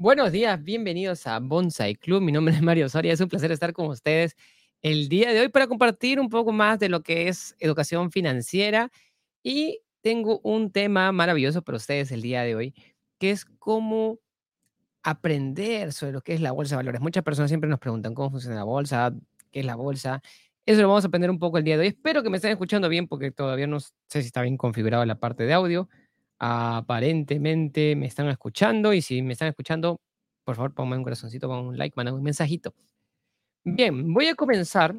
Buenos días, bienvenidos a Bonsai Club. Mi nombre es Mario Soria. Es un placer estar con ustedes el día de hoy para compartir un poco más de lo que es educación financiera. Y tengo un tema maravilloso para ustedes el día de hoy, que es cómo aprender sobre lo que es la bolsa de valores. Muchas personas siempre nos preguntan cómo funciona la bolsa, qué es la bolsa. Eso lo vamos a aprender un poco el día de hoy. Espero que me estén escuchando bien porque todavía no sé si está bien configurada la parte de audio. Aparentemente me están escuchando y si me están escuchando, por favor, ponme un corazoncito, ponme un like, mandame un mensajito. Bien, voy a comenzar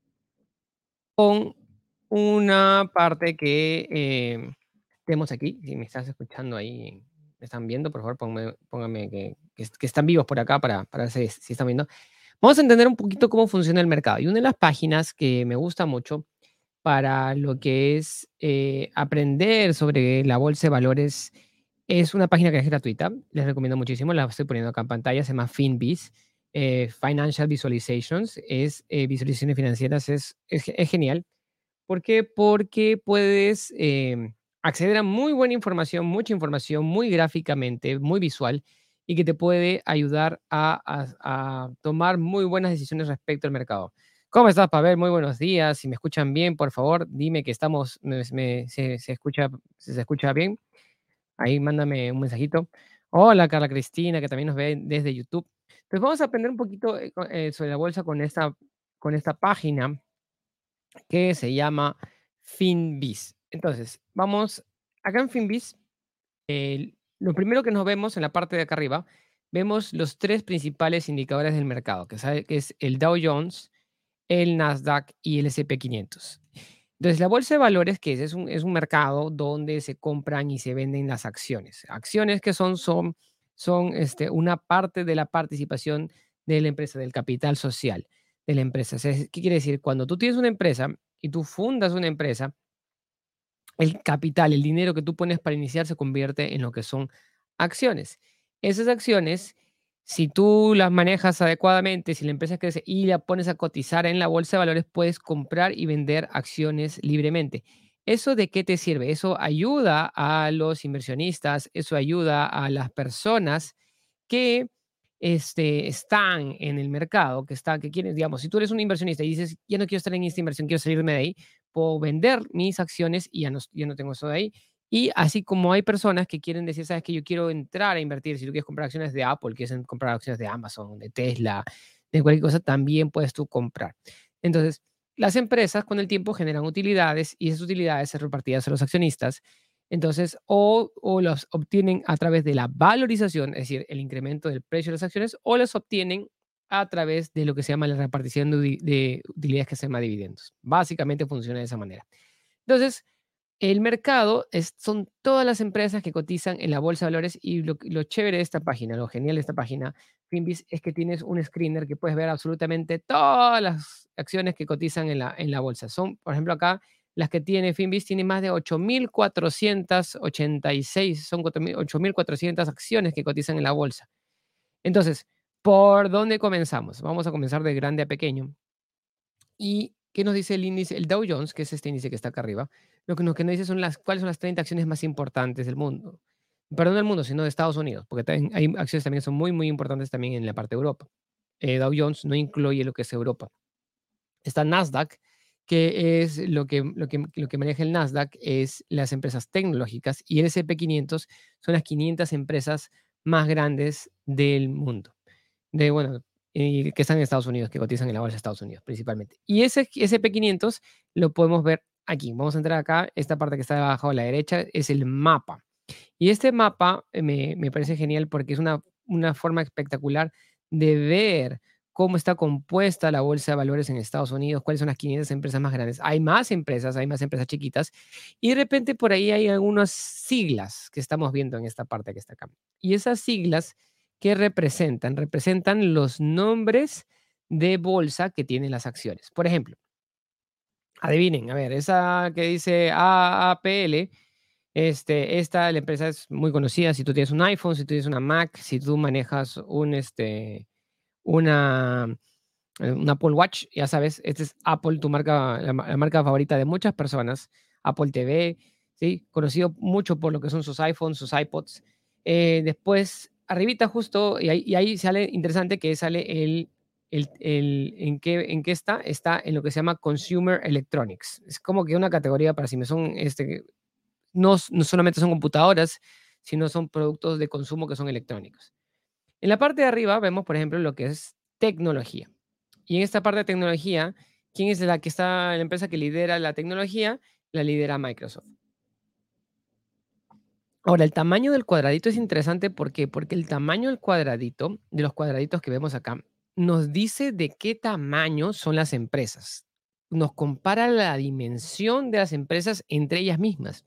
con una parte que tenemos aquí. Si me estás escuchando ahí, me están viendo, por favor, póngame que están vivos por acá para ver si están viendo. Vamos a entender un poquito cómo funciona el mercado. Y una de las páginas que me gusta mucho para lo que es aprender sobre la bolsa de valores es una página que es gratuita. Les recomiendo muchísimo. La estoy poniendo acá en pantalla. Se llama FinViz. Financial Visualizations. Es visualizaciones financieras. Es genial. ¿Por qué? Porque puedes acceder a muy buena información, mucha información, muy gráficamente, muy visual, y que te puede ayudar a tomar muy buenas decisiones respecto al mercado. ¿Cómo estás, Pavel? Muy buenos días. Si me escuchan bien, por favor, dime que estamos, se escucha, si se escucha bien. Ahí mándame un mensajito. Hola, Carla Cristina, que también nos ve desde YouTube. Entonces vamos a aprender un poquito sobre la bolsa con esta página que se llama FinViz. Entonces, vamos, acá en FinViz, lo primero que nos vemos en la parte de acá arriba, vemos los tres principales indicadores del mercado, que es el Dow Jones, el Nasdaq y el S&P 500. Entonces, la bolsa de valores, que es un mercado donde se compran y se venden las acciones. Acciones que son una parte de la participación de la empresa, del capital social de la empresa. O sea, ¿qué quiere decir? Cuando tú tienes una empresa y tú fundas una empresa, el capital, el dinero que tú pones para iniciar se convierte en lo que son acciones. Esas acciones, si tú las manejas adecuadamente, si la empresa crece y la pones a cotizar en la bolsa de valores, puedes comprar y vender acciones libremente. ¿Eso de qué te sirve? Eso ayuda a los inversionistas, eso ayuda a las personas que están en el mercado, que quieren, digamos, si tú eres un inversionista y dices, ya no quiero estar en esta inversión, quiero salirme de ahí, puedo vender mis acciones y ya no tengo eso de ahí. Y así como hay personas que quieren decir, sabes que yo quiero entrar a invertir, si tú quieres comprar acciones de Apple, quieres comprar acciones de Amazon, de Tesla, de cualquier cosa, también puedes tú comprar. Entonces, las empresas con el tiempo generan utilidades y esas utilidades son repartidas a los accionistas. Entonces, o las obtienen a través de la valorización, es decir, el incremento del precio de las acciones, o las obtienen a través de lo que se llama la repartición de utilidades que se llama dividendos. Básicamente funciona de esa manera. Entonces, el mercado son todas las empresas que cotizan en la bolsa de valores y lo chévere de esta página, lo genial de esta página, Finviz, es que tienes un screener que puedes ver absolutamente todas las acciones que cotizan en la bolsa. Son, por ejemplo, acá las que tiene Finviz, tiene más de 8.486, son 8.400 acciones que cotizan en la bolsa. Entonces, ¿por dónde comenzamos? Vamos a comenzar de grande a pequeño. ¿Y qué nos dice el índice? El Dow Jones, que es este índice que está acá arriba, lo que nos dice son cuáles son las 30 acciones más importantes del mundo. Perdón, del mundo, sino de Estados Unidos, porque también hay acciones también que son muy, muy importantes también en la parte de Europa. Dow Jones no incluye lo que es Europa. Está Nasdaq, que es lo que maneja el Nasdaq, es las empresas tecnológicas, y el S&P 500 son las 500 empresas más grandes del mundo bueno, y que están en Estados Unidos, que cotizan en la bolsa de Estados Unidos principalmente. Y ese S&P 500 lo podemos ver aquí. Vamos a entrar acá. Esta parte que está abajo a la derecha es el mapa. Y este mapa me parece genial porque es una forma espectacular de ver cómo está compuesta la bolsa de valores en Estados Unidos, cuáles son las 500 empresas más grandes. Hay más empresas chiquitas, y de repente por ahí hay algunas siglas que estamos viendo en esta parte que está acá. Y esas siglas, ¿qué representan? Representan los nombres de bolsa que tienen las acciones. Por ejemplo, adivinen, a ver, esa que dice AAPL, la empresa es muy conocida. Si tú tienes un iPhone, si tú tienes una Mac, si tú manejas una, un Apple Watch, ya sabes, este es Apple, tu marca, la marca favorita de muchas personas. Apple TV, ¿sí? Conocido mucho por lo que son sus iPhones, sus iPods. Después arribita justo, y ahí sale interesante que sale ¿en qué está? Está en lo que se llama Consumer Electronics. Es como que una categoría para si me son, no solamente son computadoras, sino son productos de consumo que son electrónicos. En la parte de arriba vemos, por ejemplo, lo que es tecnología. Y en esta parte de tecnología, ¿quién es la empresa que lidera la tecnología? La lidera Microsoft. Ahora, el tamaño del cuadradito es interesante, ¿por qué? Porque el tamaño del cuadradito, de los cuadraditos que vemos acá, nos dice de qué tamaño son las empresas. Nos compara la dimensión de las empresas entre ellas mismas.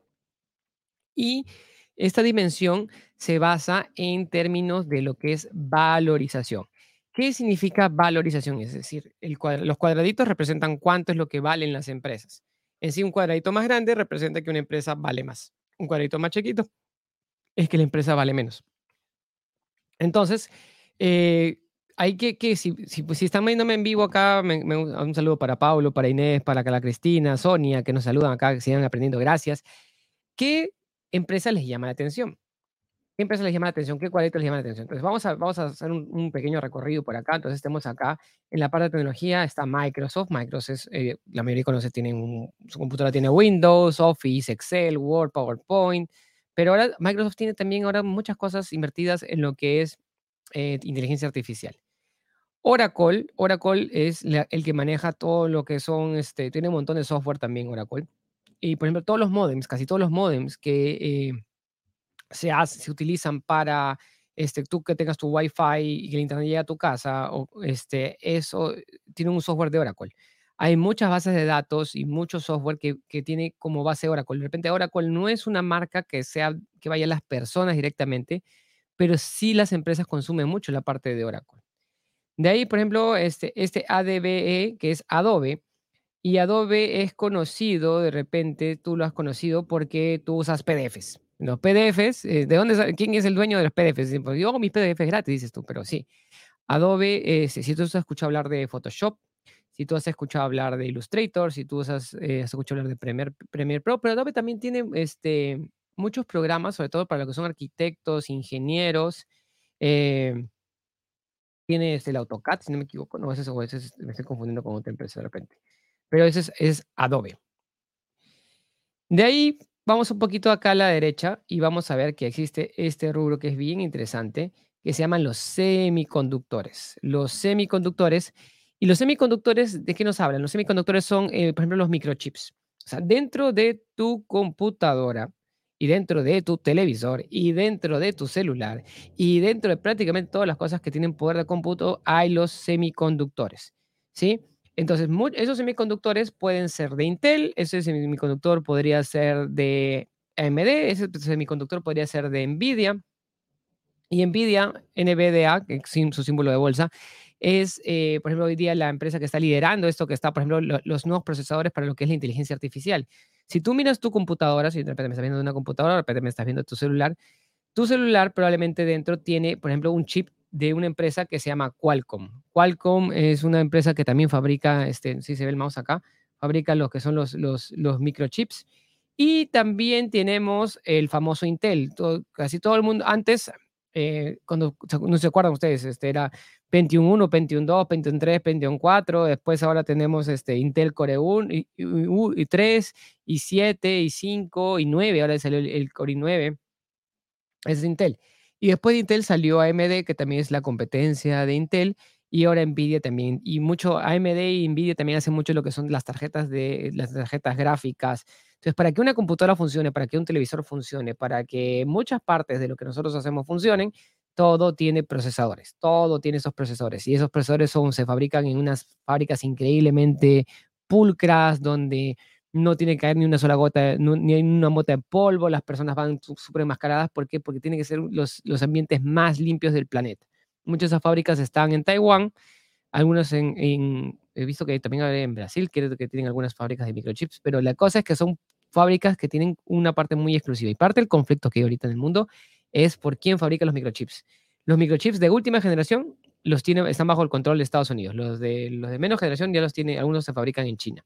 Y esta dimensión se basa en términos de lo que es valorización. ¿Qué significa valorización? Es decir, los cuadraditos representan cuánto es lo que valen las empresas. En sí, un cuadradito más grande representa que una empresa vale más. Un cuadradito más chiquito es que la empresa vale menos. Entonces, eh, hay pues, si están viéndome en vivo acá, un saludo para Pablo, para Inés, para la Cristina, Sonia, que nos saludan acá, que sigan aprendiendo, gracias. ¿Qué empresa les llama la atención? ¿Qué empresa les llama la atención? ¿Qué cuadrito les llama la atención? Entonces, vamos a hacer un pequeño recorrido por acá. Entonces, tenemos acá en la parte de tecnología está Microsoft. Microsoft es, la mayoría conoce, su computadora tiene Windows, Office, Excel, Word, PowerPoint. Pero ahora Microsoft tiene también ahora muchas cosas invertidas en lo que es inteligencia artificial. Oracle es el que maneja todo lo que son, tiene un montón de software también Oracle. Y, por ejemplo, todos los modems, casi todos los modems que se utilizan para, tú que tengas tu Wi-Fi y que el internet llegue a tu casa, o, eso tiene un software de Oracle. Hay muchas bases de datos y mucho software que tiene como base Oracle. De repente, Oracle no es una marca que vaya a las personas directamente, pero sí las empresas consumen mucho la parte de Oracle. De ahí, por ejemplo, este ADBE, que es Adobe, y Adobe es conocido, de repente tú lo has conocido porque tú usas PDFs. Los PDFs, ¿quién es el dueño de los PDFs? Pues yo hago mis PDFs gratis, dices tú, pero sí. Adobe, si tú has escuchado hablar de Photoshop, si tú has escuchado hablar de Illustrator, si tú has escuchado hablar de Premiere Pro, pero Adobe también tiene muchos programas, sobre todo para los que son arquitectos, ingenieros. eh, Tiene el AutoCAD, si no me equivoco, no, ese me estoy confundiendo con otra empresa de repente. Pero ese es Adobe. De ahí vamos un poquito acá a la derecha y vamos a ver que existe este rubro que es bien interesante, que se llaman los semiconductores. Y los semiconductores, ¿de qué nos hablan? Los semiconductores son, por ejemplo, los microchips. O sea, dentro de tu computadora y dentro de tu televisor y dentro de tu celular y dentro de prácticamente todas las cosas que tienen poder de cómputo hay los semiconductores, ¿sí? Entonces, esos semiconductores pueden ser de Intel, ese semiconductor podría ser de AMD, ese semiconductor podría ser de NVIDIA. Y NVIDIA, NVDA, que es su símbolo de bolsa, es, por ejemplo, hoy día la empresa que está liderando esto, que está, por ejemplo, los nuevos procesadores para lo que es la inteligencia artificial. Si tú miras tu computadora, si de repente me estás viendo de una computadora, de repente me estás viendo tu celular probablemente dentro tiene, por ejemplo, un chip de una empresa que se llama Qualcomm. Qualcomm es una empresa que también fabrica, si se ve el mouse acá, fabrica lo que son los microchips. Y también tenemos el famoso Intel. Casi todo el mundo, antes, no se acuerdan ustedes, era Pentium 1, Pentium 2, Pentium 3, Pentium 4, después ahora tenemos Intel Core 1 y 3, y 7, y 5, y 9, ahora salió el Core i9, es de Intel. Y después de Intel salió AMD, que también es la competencia de Intel, y ahora Nvidia también. Y mucho AMD y Nvidia también hacen mucho lo que son las tarjetas gráficas. Entonces, para que una computadora funcione, para que un televisor funcione, para que muchas partes de lo que nosotros hacemos funcionen, todo tiene procesadores, todo tiene esos procesadores. Y esos procesadores se fabrican en unas fábricas increíblemente pulcras, donde no tiene que caer ni una sola gota, ni hay una mota de polvo, las personas van súper enmascaradas. ¿Por qué? Porque tienen que ser los ambientes más limpios del planeta. Muchas de esas fábricas están en Taiwán, algunas he visto que también hay en Brasil, que tienen algunas fábricas de microchips, pero la cosa es que son fábricas que tienen una parte muy exclusiva. Y parte del conflicto que hay ahorita en el mundo es por quién fabrica los microchips. Los microchips de última generación están bajo el control de Estados Unidos. Los de menos generación ya los tiene, algunos se fabrican en China.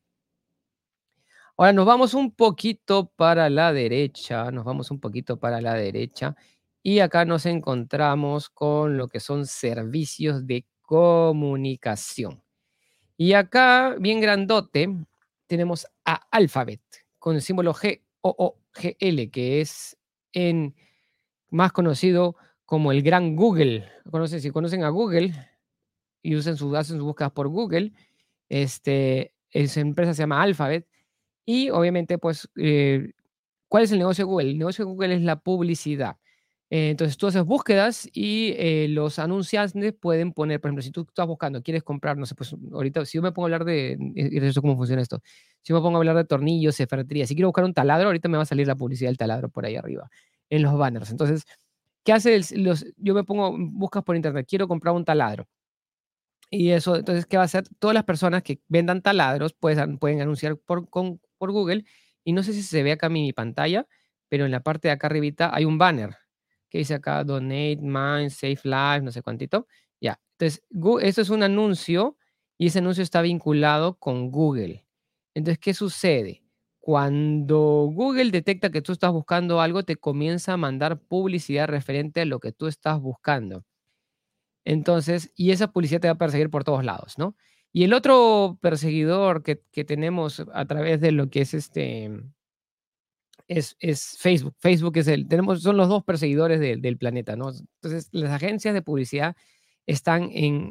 Ahora nos vamos un poquito para la derecha, nos vamos un poquito para la derecha Y acá nos encontramos con lo que son servicios de comunicación. Y acá, bien grandote, tenemos a Alphabet con el símbolo G-O-O-G-L, que es en más conocido como el gran Google. Si conocen a Google y hacen sus búsquedas por Google, esa empresa se llama Alphabet. Y obviamente, pues, ¿cuál es el negocio de Google? El negocio de Google es la publicidad. Entonces, tú haces búsquedas y los anunciantes pueden poner, por ejemplo, si tú estás buscando, quieres comprar, no sé, pues ahorita, si yo me pongo a hablar y eso cómo funciona esto. Si me pongo a hablar de tornillos, de ferretería, si quiero buscar un taladro, ahorita me va a salir la publicidad del taladro por ahí arriba, en los banners. Entonces, ¿qué hace? Yo me pongo, buscas por internet, quiero comprar un taladro. Y eso, entonces, ¿qué va a hacer? Todas las personas que vendan taladros pueden anunciar por Google. Y no sé si se ve acá en mi pantalla, pero en la parte de acá arribita hay un banner que dice acá Donate, Mind, Save Life, no sé cuántito. Ya. Entonces, esto es un anuncio y ese anuncio está vinculado con Google. Entonces, ¿qué sucede? Cuando Google detecta que tú estás buscando algo, te comienza a mandar publicidad referente a lo que tú estás buscando. Entonces, y esa publicidad te va a perseguir por todos lados, ¿no? Y el otro perseguidor que tenemos a través de lo que es es Facebook. Facebook son los dos perseguidores del planeta, ¿no? Entonces, las agencias de publicidad están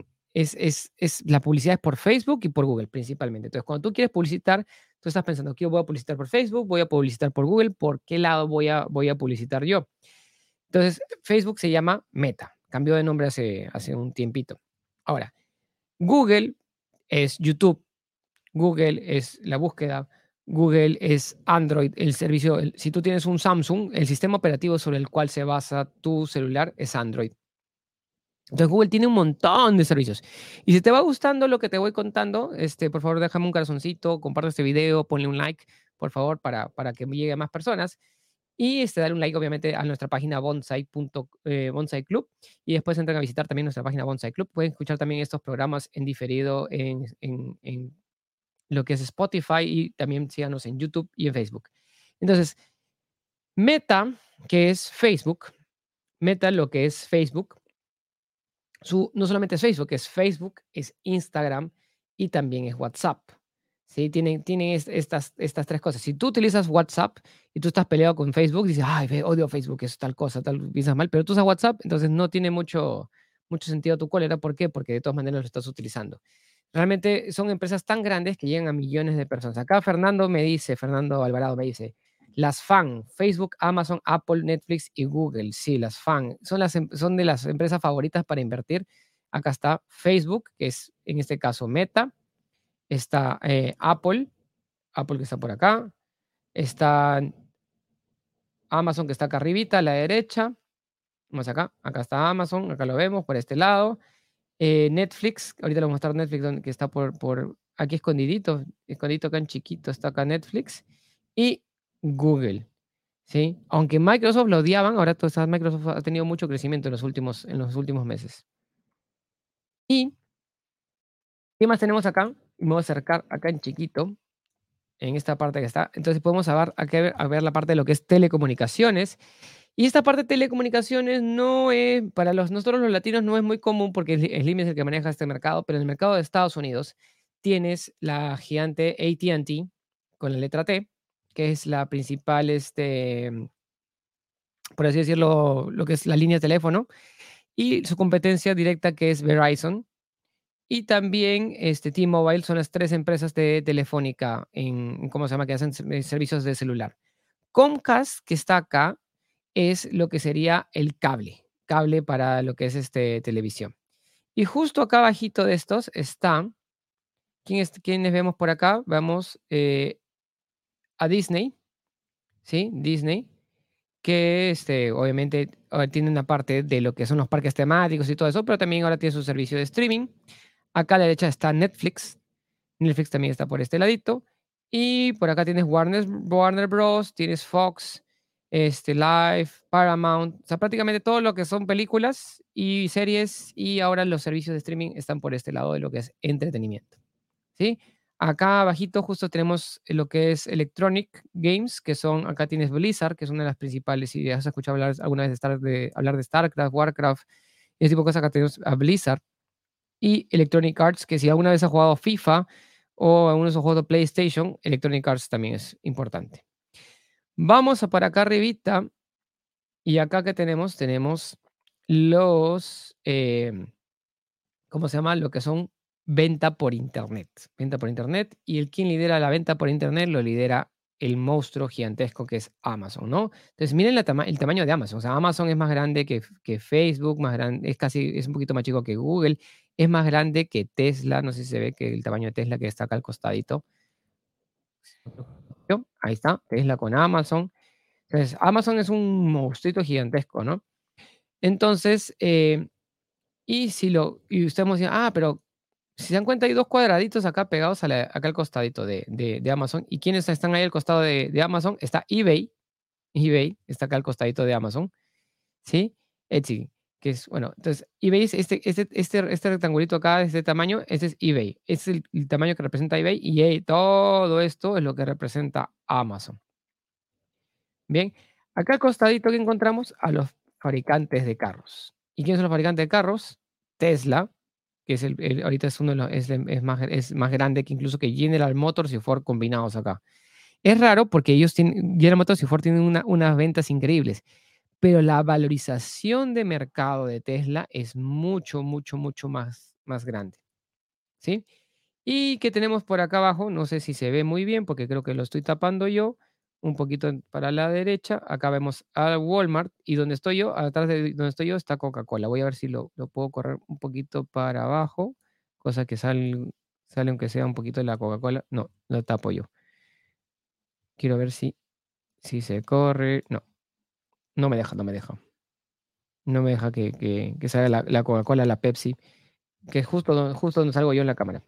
la publicidad es por Facebook y por Google principalmente. Entonces, cuando tú quieres publicitar, tú estás pensando, ¿qué voy a publicitar por Facebook? ¿Voy a publicitar por Google? ¿Por qué lado voy a publicitar yo? Entonces, Facebook se llama Meta, cambió de nombre hace un tiempito. Ahora, Google es YouTube, Google es la búsqueda, Google es Android, el servicio. Si tú tienes un Samsung, el sistema operativo sobre el cual se basa tu celular es Android. Entonces, Google tiene un montón de servicios. Y si te va gustando lo que te voy contando, por favor, déjame un corazoncito, comparte este video, ponle un like, por favor, para que me llegue a más personas. Y darle un like, obviamente, a nuestra página Bonsai Club. Y después entran a visitar también nuestra página Bonsai Club. Pueden escuchar también estos programas en diferido en lo que es Spotify y también síganos en YouTube y en Facebook. Entonces, Meta, que es Facebook, Meta, lo que es Facebook, no solamente es Facebook, es Instagram y también es WhatsApp. ¿Sí? Tienen estas tres cosas. Si tú utilizas WhatsApp y tú estás peleado con Facebook, dices, ay, odio Facebook, es tal cosa, tal, piensas mal, pero tú usas WhatsApp, entonces no tiene mucho sentido tu cólera. ¿Por qué? Porque de todas maneras lo estás utilizando. Realmente son empresas tan grandes que llegan a millones de personas. Acá Fernando Alvarado me dice, las FAN, Facebook, Amazon, Apple, Netflix y Google. Sí, las FAN son de las empresas favoritas para invertir. Acá está Facebook, que es en este caso Meta. Está Apple que está por acá. Está Amazon que está acá arribita, a la derecha. Vamos acá está Amazon, acá lo vemos por este lado. Netflix, ahorita le voy a mostrar Netflix que está por aquí escondidito acá en chiquito, está acá Netflix. Y Google, ¿sí? Aunque Microsoft lo odiaban, ahora Microsoft ha tenido mucho crecimiento en los últimos meses. ¿Y qué más tenemos acá? Me voy a acercar acá en chiquito, en esta parte que está. Entonces podemos a ver la parte de lo que es telecomunicaciones. Y esta parte de telecomunicaciones no es, para nosotros los latinos no es muy común porque Slim es el que maneja este mercado, pero en el mercado de Estados Unidos tienes la gigante AT&T con la letra T, que es la principal, por así decirlo, lo que es la línea de teléfono, y su competencia directa que es Verizon. Y también T-Mobile son las tres empresas de telefónica ¿cómo se llama? Que hacen servicios de celular. Comcast, que está acá, es lo que sería el cable para lo que es televisión. Y justo acá abajito de estos está, ¿quiénes vemos por acá? Vemos a Disney, ¿sí? Disney, que obviamente ahora tiene una parte de lo que son los parques temáticos y todo eso, pero también ahora tiene su servicio de streaming. Acá a la derecha está Netflix. Netflix también está por este ladito. Y por acá tienes Warner Bros., tienes Fox, Live, Paramount, o sea, prácticamente todo lo que son películas y series y ahora los servicios de streaming están por este lado de lo que es entretenimiento, ¿sí? Acá abajito justo tenemos lo que es Electronic Games, que son, acá tienes Blizzard, que es una de las principales, si has escuchado hablar alguna vez hablar de StarCraft, Warcraft, ese tipo de cosas. Acá tenemos a Blizzard y Electronic Arts, que si alguna vez has jugado FIFA o algunos de esos juegos de PlayStation, Electronic Arts también es importante. Vamos a para acá arribita y acá que tenemos, tenemos los, ¿cómo se llama? Lo que son venta por internet. Venta por internet. Y el quien lidera la venta por internet lo lidera el monstruo gigantesco que es Amazon, ¿no? Entonces, miren el tamaño de Amazon. O sea, Amazon es más grande que Facebook, más grande, es un poquito más chico que Google, es más grande que Tesla. No sé si se ve que el tamaño de Tesla que está acá al costadito. Ahí está, Tesla con Amazon. Entonces, Amazon es un monstruito gigantesco, ¿no? Entonces, y usted me decía, pero si se dan cuenta, hay 2 cuadraditos acá pegados acá al costadito de Amazon. ¿Y quiénes están ahí al costado de Amazon? Está eBay. eBay está acá al costadito de Amazon, ¿sí? Etsy, que es, bueno, entonces eBay es este rectangulito acá de este tamaño, ese es eBay. Ese es el tamaño que representa eBay y todo esto es lo que representa Amazon. Bien, acá al costadito que encontramos a los fabricantes de carros. ¿Y quiénes son los fabricantes de carros? Tesla, que es ahorita es uno de los, es más grande que incluso que General Motors y Ford combinados acá. Es raro porque ellos tienen, General Motors y Ford tienen unas ventas increíbles, pero la valorización de mercado de Tesla es mucho, mucho, mucho más grande, ¿sí? ¿Y qué tenemos por acá abajo? No sé si se ve muy bien porque creo que lo estoy tapando yo. Un poquito para la derecha. Acá vemos a Walmart y donde estoy yo, atrás de donde estoy yo está Coca-Cola. Voy a ver si lo puedo correr un poquito para abajo, cosa que sale aunque sea un poquito de la Coca-Cola. No, lo tapo yo. Quiero ver si se corre. No, no me deja, no me deja. No me deja que salga la Coca-Cola, la Pepsi, que es justo donde salgo yo en la cámara.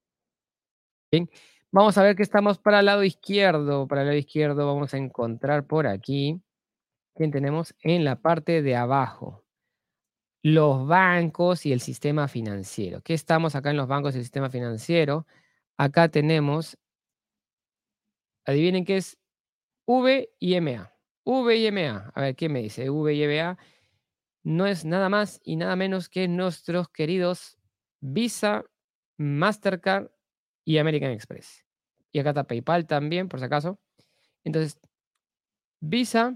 Bien, vamos a ver que estamos para el lado izquierdo. Para el lado izquierdo vamos a encontrar por aquí, ¿quién tenemos? En la parte de abajo, los bancos y el sistema financiero. ¿Qué estamos acá en los bancos y el sistema financiero? Acá tenemos, adivinen qué es V y MA. V y MA. A ver, ¿qué me dice? V y MA no es nada más y nada menos que nuestros queridos Visa, Mastercard y American Express. Y acá está PayPal también, por si acaso. Entonces, Visa,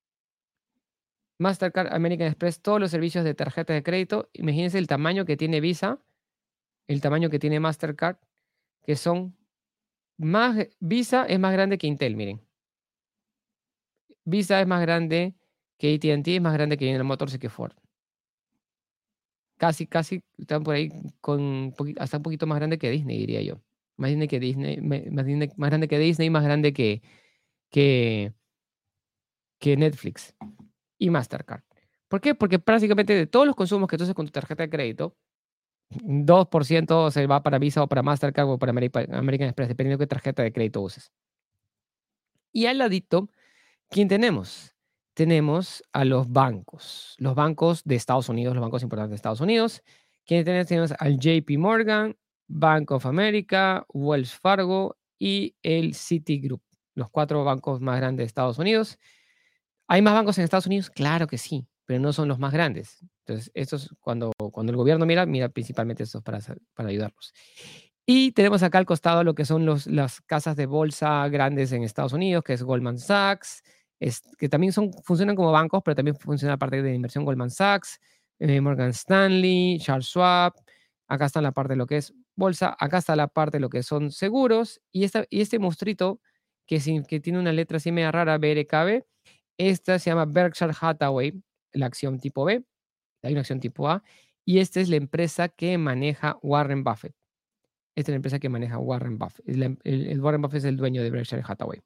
Mastercard, American Express, todos los servicios de tarjeta de crédito. Imagínense el tamaño que tiene Visa, el tamaño que tiene Mastercard, que son Visa es más grande que Intel, miren. Visa es más grande que AT&T, es más grande que General Motors y que Ford. Casi están por ahí hasta un poquito más grande que Disney, diría yo. Más grande que Disney, más grande que Disney, más grande que, que Netflix y Mastercard. ¿Por qué? Porque prácticamente de todos los consumos que tú haces con tu tarjeta de crédito, 2% se va para Visa o para Mastercard o para American Express, dependiendo de qué tarjeta de crédito uses. Y al ladito, ¿quién tenemos? Tenemos a los bancos de Estados Unidos, los bancos importantes de Estados Unidos. ¿Quiénes tenemos? Tenemos al JP Morgan, Bank of America, Wells Fargo y el Citigroup, los 4 bancos más grandes de Estados Unidos. ¿Hay más bancos en Estados Unidos? Claro que sí, pero no son los más grandes. Entonces, estos, cuando el gobierno mira principalmente estos para ayudarlos. Y tenemos acá al costado lo que son las casas de bolsa grandes en Estados Unidos, que es Goldman Sachs, que también funcionan como bancos, pero también funciona parte de inversión Goldman Sachs, Morgan Stanley, Charles Schwab. Acá está la parte de lo que es bolsa, acá está la parte de lo que son seguros, y este monstruito que tiene una letra así media rara, BRKB, esta se llama Berkshire Hathaway, la acción tipo B, hay una acción tipo A, y esta es la empresa que maneja Warren Buffett. Esta es la empresa que maneja Warren Buffett. El Warren Buffett es el dueño de Berkshire Hathaway.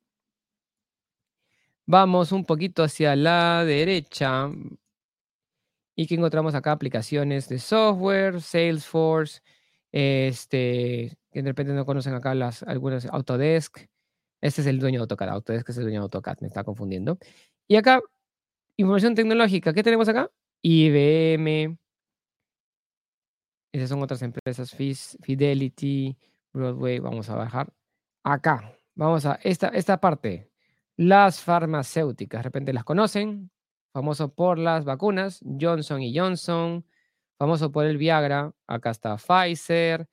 Vamos un poquito hacia la derecha. ¿Y que encontramos acá? Aplicaciones de software, Salesforce, que de repente no conocen acá algunas Autodesk. Este es el dueño de AutoCAD. Autodesk es el dueño de AutoCAD, me está confundiendo. Y acá, información tecnológica. ¿Qué tenemos acá? IBM. Esas son otras empresas, Fidelity, Broadway, vamos a bajar. Acá, vamos a esta parte. Las farmacéuticas, de repente las conocen, famoso por las vacunas, Johnson y Johnson, famoso por el Viagra, acá está Pfizer,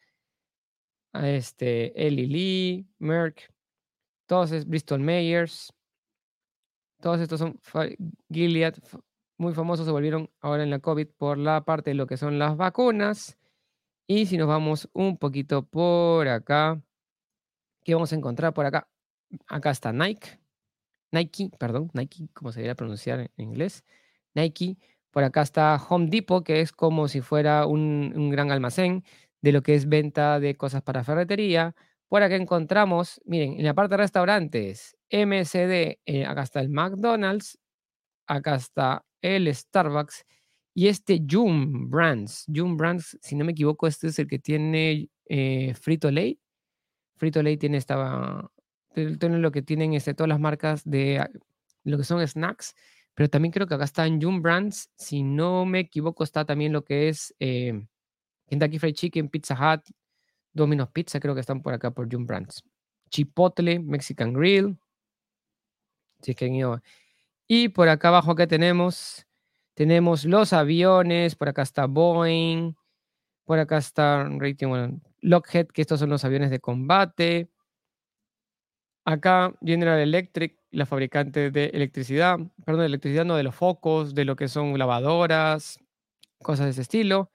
Eli Lilly, Merck, todos es Bristol Myers, todos estos son Gilead, muy famosos se volvieron ahora en la COVID por la parte de lo que son las vacunas. Y si nos vamos un poquito por acá, ¿qué vamos a encontrar por acá? Acá está Nike, perdón, Nike, como se debería pronunciar en inglés. Nike. Por acá está Home Depot, que es como si fuera un gran almacén de lo que es venta de cosas para ferretería. Por acá encontramos, miren, en la parte de restaurantes, MSD, acá está el McDonald's, acá está el Starbucks y Yum Brands. Yum Brands, si no me equivoco, este es el que tiene Frito-Lay. Frito-Lay tiene tiene lo que tienen todas las marcas de lo que son snacks, pero también creo que acá está en Yum Brands, si no me equivoco, está también lo que es Kentucky Fried Chicken, Pizza Hut, Domino's Pizza, creo que están por acá por Yum Brands. Chipotle, Mexican Grill, si es que han ido. Y por acá abajo, ¿qué tenemos? Tenemos los aviones, por acá está Boeing, por acá está bueno, Lockheed, que estos son los aviones de combate. Acá General Electric, la fabricante de electricidad, perdón, de electricidad, no, de los focos, de lo que son lavadoras, cosas de ese estilo.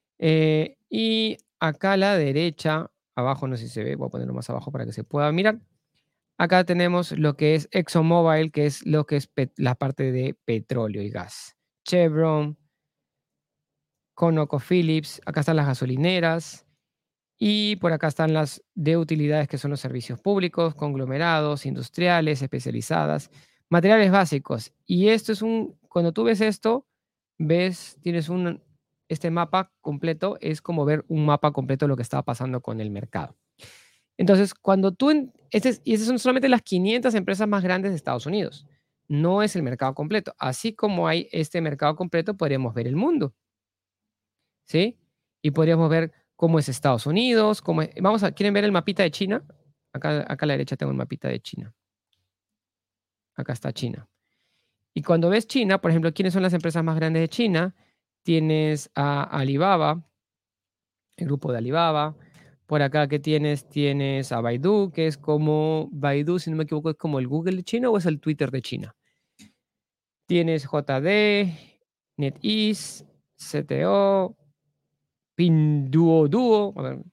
Y acá a la derecha, abajo, no sé si se ve, voy a ponerlo más abajo para que se pueda mirar. Acá tenemos lo que es ExxonMobil, que es lo que es la parte de petróleo y gas. Chevron, ConocoPhillips, acá están las gasolineras. Y por acá están las de utilidades, que son los servicios públicos, conglomerados, industriales, especializadas, materiales básicos. Y esto es cuando tú ves esto, tienes este mapa completo, es como ver un mapa completo de lo que estaba pasando con el mercado. Entonces, cuando y esas son solamente las 500 empresas más grandes de Estados Unidos. No es el mercado completo. Así como hay este mercado completo, podríamos ver el mundo. ¿Sí? Y podríamos ver cómo es Estados Unidos, ¿quieren ver el mapita de China? Acá a la derecha tengo el mapita de China. Acá está China. Y cuando ves China, por ejemplo, ¿quiénes son las empresas más grandes de China? Tienes a Alibaba, el grupo de Alibaba. Por acá, ¿qué tienes? Tienes a Baidu, que es como Baidu, si no me equivoco, es como el Google de China o es el Twitter de China. Tienes JD, NetEase, CTO, Pinduoduo,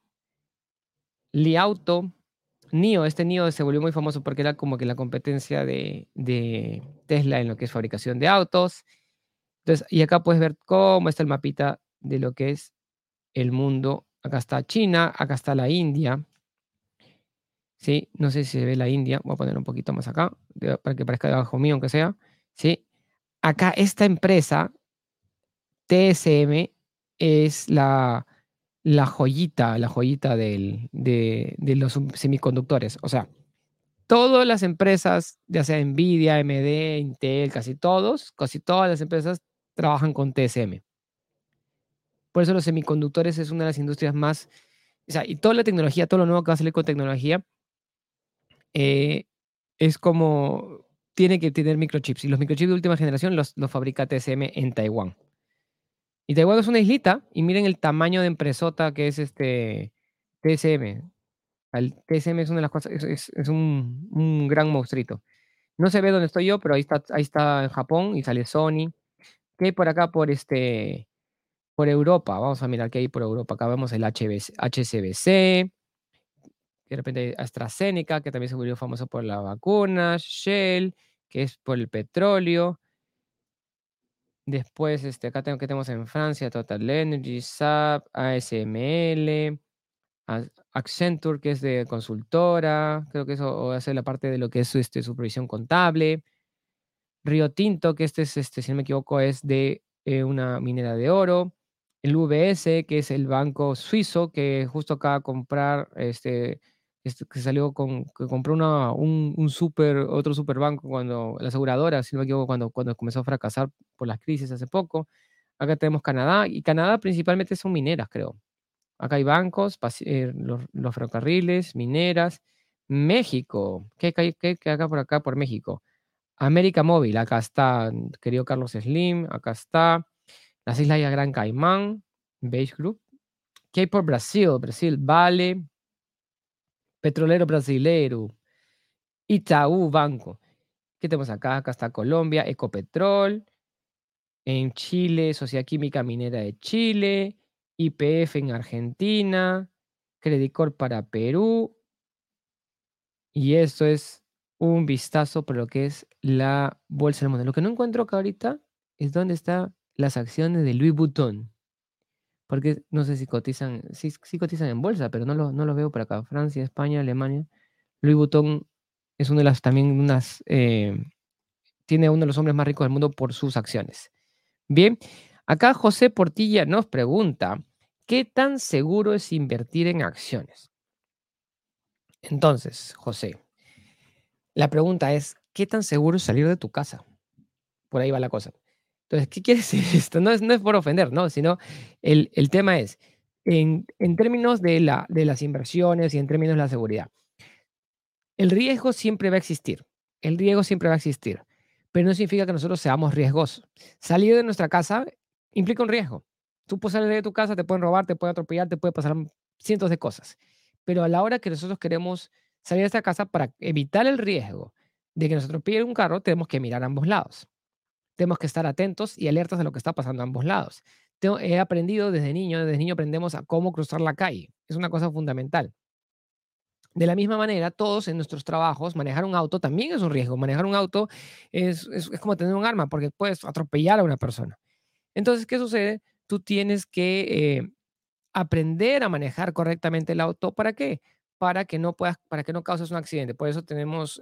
Li Auto, NIO. NIO se volvió muy famoso porque era como que la competencia de Tesla en lo que es fabricación de autos. Entonces, y acá puedes ver cómo está el mapita de lo que es el mundo. Acá está China, acá está la India. ¿Sí? No sé si se ve la India. Voy a poner un poquito más acá, para que parezca debajo mío, aunque sea. ¿Sí? Acá esta empresa, TSM, es la joyita de los semiconductores. O sea, todas las empresas, ya sea Nvidia, AMD, Intel, casi todas las empresas trabajan con TSM. Por eso los semiconductores es una de las industrias más, o sea, y toda la tecnología, todo lo nuevo que va a salir con tecnología, eh, es como, tiene que tener microchips. Y los microchips de última generación los fabrica TSM en Taiwán. Y Taiwán es una islita, y miren el tamaño de empresota que es TSM. El TSM es una de las cosas, es un gran monstruito. No se ve dónde estoy yo, pero ahí está en Japón y sale Sony. ¿Qué hay por acá por Europa? Vamos a mirar qué hay por Europa. Acá vemos el HCBC, de repente AstraZeneca, que también se volvió famoso por la vacuna, Shell, que es por el petróleo. Después, acá que tenemos en Francia, Total Energy, SAP, ASML, Accenture, que es de consultora, creo que eso hace la parte de lo que es supervisión contable. Río Tinto, que si no me equivoco, es de una minera de oro. El UBS, que es el banco suizo, que justo acaba de comprar, que salió que compró otro super banco cuando la aseguradora, si no me equivoco, cuando comenzó a fracasar por las crisis hace poco. Acá tenemos Canadá, y Canadá principalmente son mineras, creo. Acá hay bancos, los ferrocarriles, mineras. México, ¿qué hay acá por acá por México? América Móvil, acá está, querido Carlos Slim, acá está. Las Islas Gran Caimán, Base Group. ¿Qué hay por Brasil? Brasil, Vale, Petrolero Brasileiro, Itaú Banco. ¿Qué tenemos acá? Acá está Colombia, Ecopetrol. En Chile, Sociedad Química Minera de Chile, YPF en Argentina, Credicor para Perú. Y esto es un vistazo por lo que es la bolsa del mundo. Lo que no encuentro acá ahorita es dónde están las acciones de Louis Vuitton. Porque no sé si cotizan, sí cotizan en bolsa, pero no lo veo por acá. Francia, España, Alemania. Louis Vuitton es una de las también tiene uno de los hombres más ricos del mundo por sus acciones. Bien, acá José Portilla nos pregunta, ¿qué tan seguro es invertir en acciones? Entonces, José, la pregunta es, ¿qué tan seguro es salir de tu casa? Por ahí va la cosa. Entonces, ¿qué quiere decir esto? No es por ofender, ¿no? Sino el tema es, en términos de las inversiones y en términos de la seguridad. El riesgo siempre va a existir. El riesgo siempre va a existir. Pero no significa que nosotros seamos riesgosos. Salir de nuestra casa implica un riesgo. Tú puedes salir de tu casa, te pueden robar, te pueden atropellar, te puede pasar cientos de cosas. Pero a la hora que nosotros queremos salir de esta casa para evitar el riesgo de que nos atropelle un carro, tenemos que mirar a ambos lados. Tenemos que estar atentos y alertas de lo que está pasando a ambos lados. He aprendido desde niño aprendemos a cómo cruzar la calle. Es una cosa fundamental. De la misma manera, todos en nuestros trabajos, manejar un auto también es un riesgo. Manejar un auto es como tener un arma porque puedes atropellar a una persona. Entonces, ¿qué sucede? Tú tienes que aprender a manejar correctamente el auto. ¿Para qué? Para que no causes un accidente. Por eso tenemos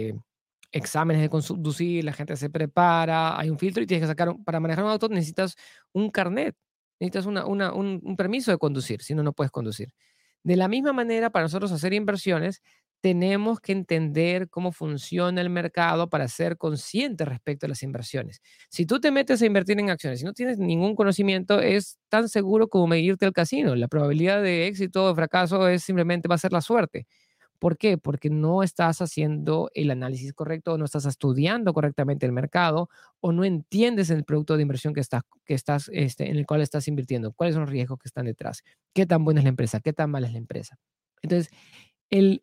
exámenes de conducir, la gente se prepara, hay un filtro y tienes que sacar, para manejar un auto necesitas un carnet, necesitas un permiso de conducir, si no, no puedes conducir. De la misma manera, para nosotros hacer inversiones, tenemos que entender cómo funciona el mercado para ser conscientes respecto a las inversiones. Si tú te metes a invertir en acciones y no tienes ningún conocimiento, es tan seguro como irte al casino. La probabilidad de éxito o de fracaso es simplemente va a ser la suerte. ¿Por qué? Porque no estás haciendo el análisis correcto, o no estás estudiando correctamente el mercado, o no entiendes el producto de inversión en el cual estás invirtiendo. ¿Cuáles son los riesgos que están detrás? ¿Qué tan buena es la empresa? ¿Qué tan mala es la empresa? Entonces, el,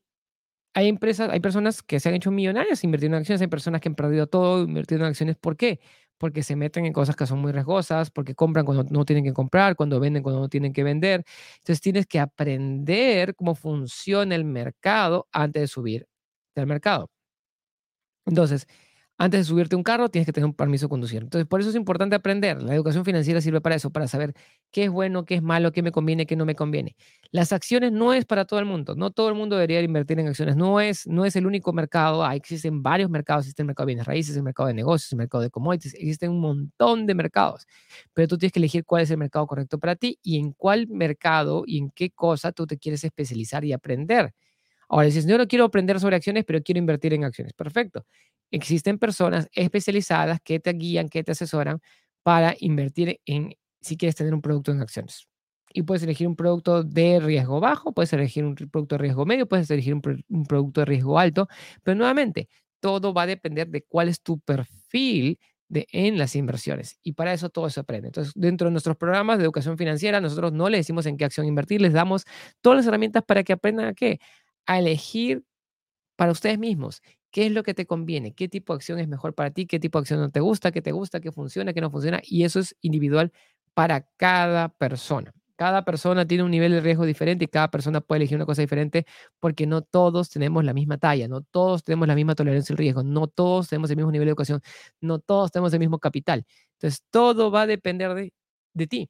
hay personas que se han hecho millonarias invirtiendo en acciones, hay personas que han perdido todo invirtiendo en acciones. ¿Por qué? Porque se meten en cosas que son muy riesgosas, porque compran cuando no tienen que comprar, cuando venden cuando no tienen que vender. Entonces tienes que aprender cómo funciona el mercado antes de subir del mercado. Entonces, antes de subirte a un carro, tienes que tener un permiso de conducir. Entonces, por eso es importante aprender. La educación financiera sirve para eso, para saber qué es bueno, qué es malo, qué me conviene, qué no me conviene. Las acciones no es para todo el mundo. No todo el mundo debería invertir en acciones. No es el único mercado. Existen varios mercados. Existe el mercado de bienes raíces, el mercado de negocios, el mercado de commodities. Existen un montón de mercados. Pero tú tienes que elegir cuál es el mercado correcto para ti y en cuál mercado y en qué cosa tú te quieres especializar y aprender. Ahora dices, yo no quiero aprender sobre acciones, pero quiero invertir en acciones. Perfecto. Existen personas especializadas que te guían, que te asesoran para invertir si quieres tener un producto en acciones. Y puedes elegir un producto de riesgo bajo, puedes elegir un producto de riesgo medio, puedes elegir un producto de riesgo alto, pero nuevamente, todo va a depender de cuál es tu perfil en las inversiones. Y para eso todo se aprende. Entonces, dentro de nuestros programas de educación financiera, nosotros no les decimos en qué acción invertir, les damos todas las herramientas para que aprendan a elegir para ustedes mismos qué es lo que te conviene, qué tipo de acción es mejor para ti, qué tipo de acción no te gusta, qué funciona, qué no funciona. Y eso es individual para cada persona. Cada persona tiene un nivel de riesgo diferente y cada persona puede elegir una cosa diferente porque no todos tenemos la misma talla, no todos tenemos la misma tolerancia al riesgo, no todos tenemos el mismo nivel de educación, no todos tenemos el mismo capital. Entonces, todo va a depender de ti.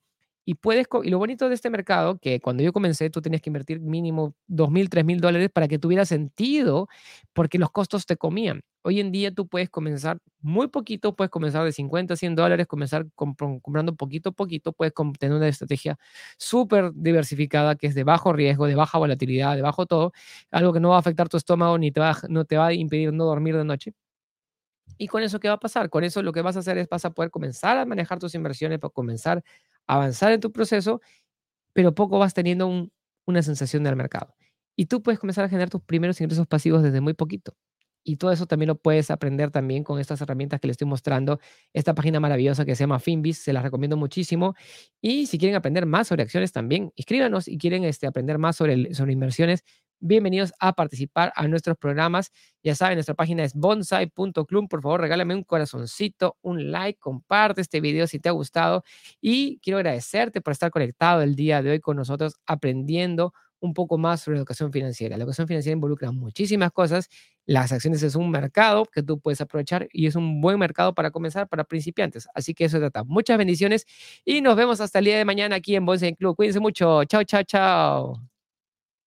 Y lo bonito de este mercado, que cuando yo comencé, tú tenías que invertir mínimo $2,000, $3,000 para que tuviera sentido, porque los costos te comían. Hoy en día tú puedes comenzar muy poquito, puedes comenzar de 50, $100, comenzar comprando poquito a poquito, puedes tener una estrategia súper diversificada que es de bajo riesgo, de baja volatilidad, de bajo todo, algo que no va a afectar tu estómago ni no te va a impedir no dormir de noche. ¿Y con eso qué va a pasar? Con eso lo que vas a hacer es vas a poder comenzar a manejar tus inversiones, para comenzar a avanzar en tu proceso pero poco vas teniendo una sensación del mercado. Y tú puedes comenzar a generar tus primeros ingresos pasivos desde muy poquito. Y todo eso también lo puedes aprender también con estas herramientas que le estoy mostrando, esta página maravillosa que se llama Finviz, se las recomiendo muchísimo. Y si quieren aprender más sobre acciones también, escríbanos y quieren aprender más sobre inversiones, bienvenidos a participar a nuestros programas. Ya saben, nuestra página es bonsai.club. Por favor, regálame un corazoncito, un like, comparte este video si te ha gustado. Y quiero agradecerte por estar conectado el día de hoy con nosotros aprendiendo un poco más sobre educación financiera. La educación financiera involucra muchísimas cosas. Las acciones es un mercado que tú puedes aprovechar y es un buen mercado para comenzar para principiantes. Así que eso se trata. Muchas bendiciones y nos vemos hasta el día de mañana aquí en Bonsai Club. Cuídense mucho. Chao, chao, chao.